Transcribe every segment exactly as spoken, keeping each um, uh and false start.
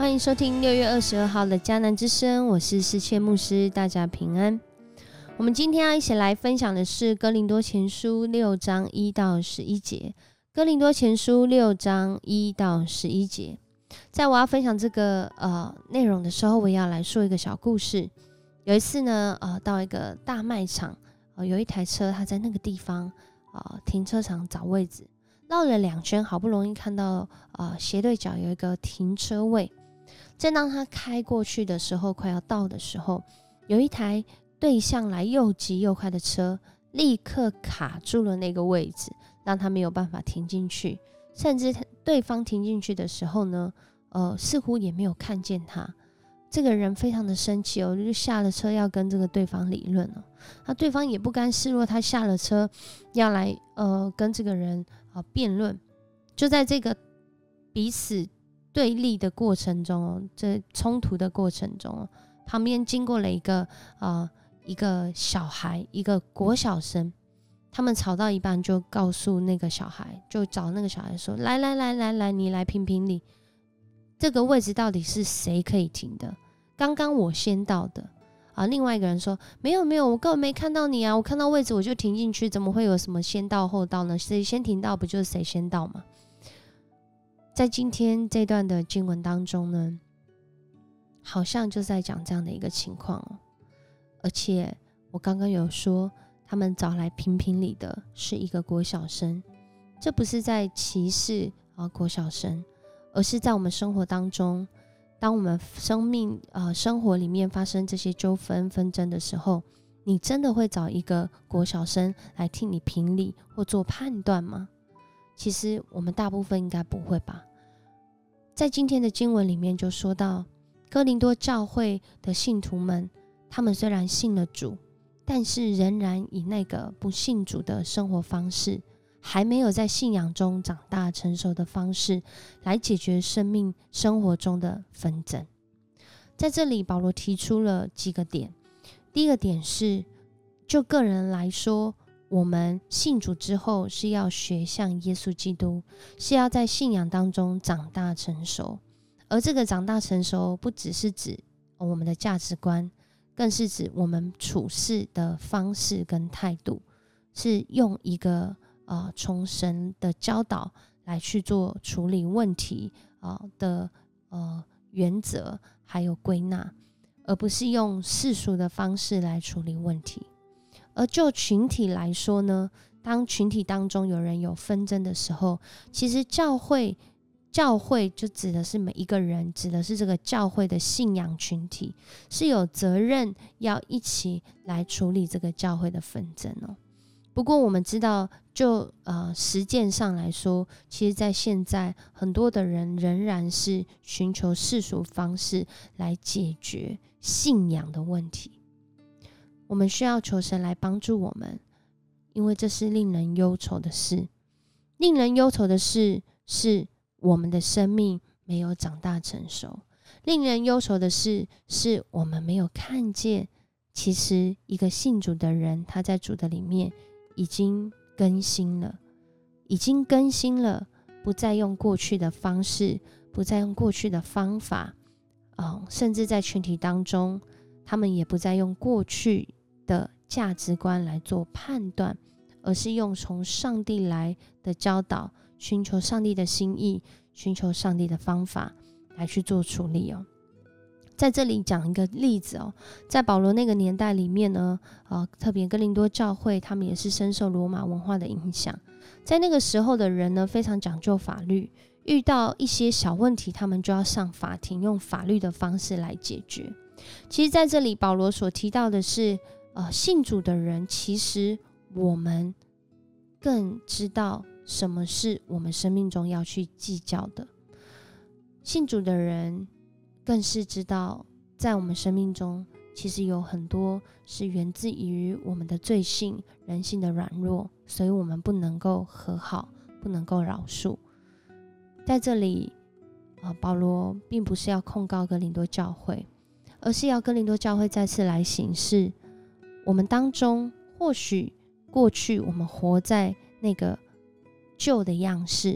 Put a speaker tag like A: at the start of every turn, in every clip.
A: 欢迎收听六月二十二号的迦南之声，我是世切牧师，大家平安。我们今天要一起来分享的是哥林多前书六章一到十一节。哥林多前书六章一到十一节，在我要分享这个呃内容的时候，我也要来说一个小故事。有一次呢，呃，到一个大卖场，呃，有一台车，它在那个地方呃停车场找位置，绕了两圈，好不容易看到呃斜对角有一个停车位。正当他开过去的时候，快要到的时候，有一台对向来又急又快的车立刻卡住了那个位置，让他没有办法停进去。甚至对方停进去的时候呢，呃，似乎也没有看见他。这个人非常的生气哦，就下了车要跟这个对方理论哦。那对方也不甘示弱，他下了车要来呃跟这个人呃辩论。就在这个彼此对立的过程中哦，这冲突的过程中哦，旁边经过了一个呃一个小孩，一个国小生，他们吵到一半就告诉那个小孩，就找那个小孩说：“来来来来来，你来评评理，这个位置到底是谁可以停的？刚刚我先到的啊。”另外一个人说：“没有没有，我根本没看到你啊，我看到位置我就停进去，怎么会有什么先到后到呢？谁先停到不就是谁先到吗？”在今天这段的经文当中呢，好像就在讲这样的一个情况哦。而且我刚刚有说，他们找来评评理的是一个国小生，这不是在歧视啊国小生，而是在我们生活当中，当我们生命呃生活里面发生这些纠纷纷争的时候，你真的会找一个国小生来替你评理或做判断吗？其实我们大部分应该不会吧。在今天的经文里面就说到，哥林多教会的信徒们，他们虽然信了主，但是仍然以那个不信主的生活方式，还没有在信仰中长大成熟的方式来解决生命生活中的纷争。在这里保罗提出了几个点。第一个点是，就个人来说，我们信主之后是要学像耶稣基督，是要在信仰当中长大成熟。而这个长大成熟不只是指我们的价值观，更是指我们处事的方式跟态度，是用一个呃从神的教导来去做处理问题、呃、的呃原则还有归纳，而不是用世俗的方式来处理问题。而就群体来说呢，当群体当中有人有纷争的时候，其实教会教会就指的是每一个人，指的是这个教会的信仰群体，是有责任要一起来处理这个教会的纷争哦。不过我们知道，就呃实践上来说，其实在现在很多的人仍然是寻求世俗方式来解决信仰的问题。我们需要求神来帮助我们，因为这是令人忧愁的事。令人忧愁的事是我们的生命没有长大成熟。令人忧愁的事是我们没有看见，其实一个信主的人，他在主的里面已经更新了，已经更新了，不再用过去的方式，不再用过去的方法，哦，甚至在群体当中，他们也不再用过去的价值观来做判断，而是用从上帝来的教导，寻求上帝的心意，寻求上帝的方法来去做处理哦。在这里讲一个例子哦，在保罗那个年代里面呢，呃，特别哥林多教会，他们也是深受罗马文化的影响。在那个时候的人呢，非常讲究法律，遇到一些小问题，他们就要上法庭，用法律的方式来解决。其实在这里保罗所提到的是，呃，信主的人，其实我们更知道什么是我们生命中要去计较的。信主的人更是知道，在我们生命中其实有很多是源自于我们的罪性、人性的软弱，所以我们不能够和好，不能够饶恕。在这里，呃，保罗并不是要控告哥林多教会，而是要哥林多教会再次来省视我们当中，或许过去我们活在那个旧的样式，或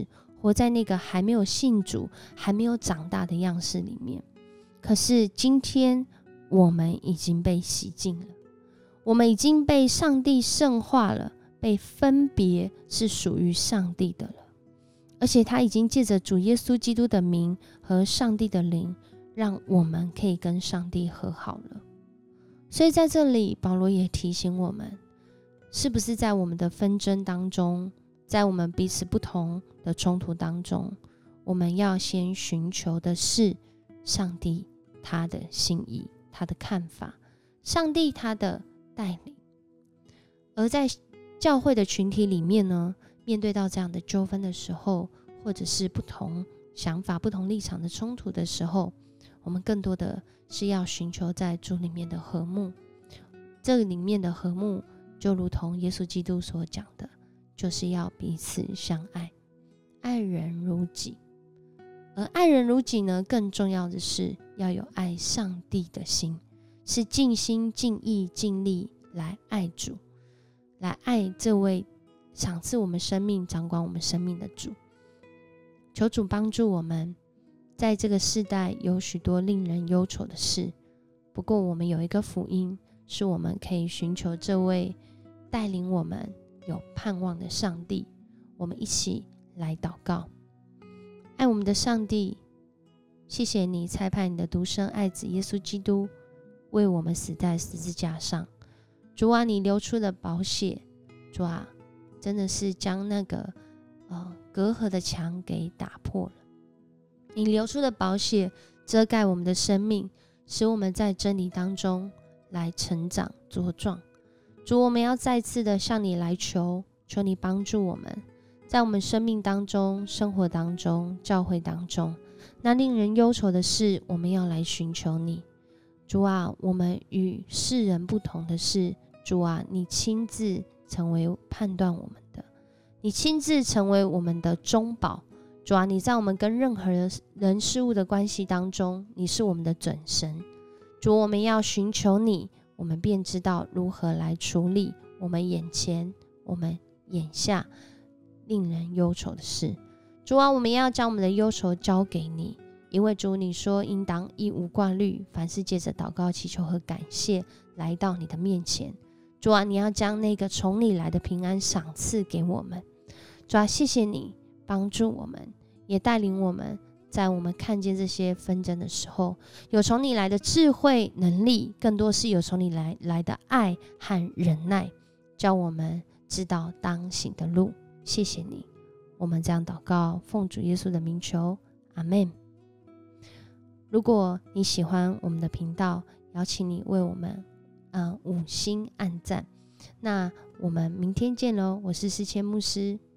A: 活在那个还没有信主、还没有长大的样式里面。可是今天我们已经被洗净了，我们已经被上帝圣化了，被分别是属于上帝的了。而且他已经借着主耶稣基督的名和上帝的灵，让我们可以跟上帝和好了。所以在这里保罗也提醒我们，是不是在我们的纷争当中，在我们彼此不同的冲突当中，我们要先寻求的是上帝他的心意，他的看法，上帝他的带领。而在教会的群体里面呢，面对到这样的纠纷的时候，或者是不同想法、不同立场的冲突的时候，我们更多的是要寻求在主里面的和睦。这里面的和睦，就如同耶稣基督所讲的，就是要彼此相爱，爱人如己。而爱人如己呢，更重要的是要有爱上帝的心，是尽心尽意尽力来爱主，来爱这位赏赐我们生命、掌管我们生命的主。求主帮助我们，在这个世代有许多令人忧愁的事，不过我们有一个福音，是我们可以寻求这位带领我们有盼望的上帝。我们一起来祷告。爱我们的上帝，谢谢你差派你的独生爱子耶稣基督为我们死在十字架上。主啊，你流出的宝血，主啊，真的是将那个呃隔阂的墙给打破了。你流出的宝血遮盖我们的生命，使我们在真理当中来成长茁壮。主，我们要再次的向你来求，求你帮助我们，在我们生命当中、生活当中、教会当中，那令人忧愁的事，我们要来寻求你。主啊，我们与世人不同的是，主啊，你亲自成为判断我们的，你亲自成为我们的中保。主啊，你在我们跟任何人事物的关系当中，你是我们的准神。主，我们要寻求你，我们便知道如何来处理我们眼前、我们眼下令人忧愁的事。主啊，我们要将我们的忧愁交给你，因为主你说应当一无挂虑，凡事借着祷告、祈求和感谢来到你的面前。主啊，你要将那个从你来的平安赏赐给我们。主啊，谢谢你帮助我们，也带领我们，在我们看见这些纷争的时候，有从你来的智慧能力，更多是有从你来来的爱和忍耐，叫我们知道当行的路。谢谢你，我们这样祷告，奉主耶稣的名求，阿们。如果你喜欢我们的频道，邀请你为我们、呃、五星按赞。那我们明天见咯，我是思谦牧师。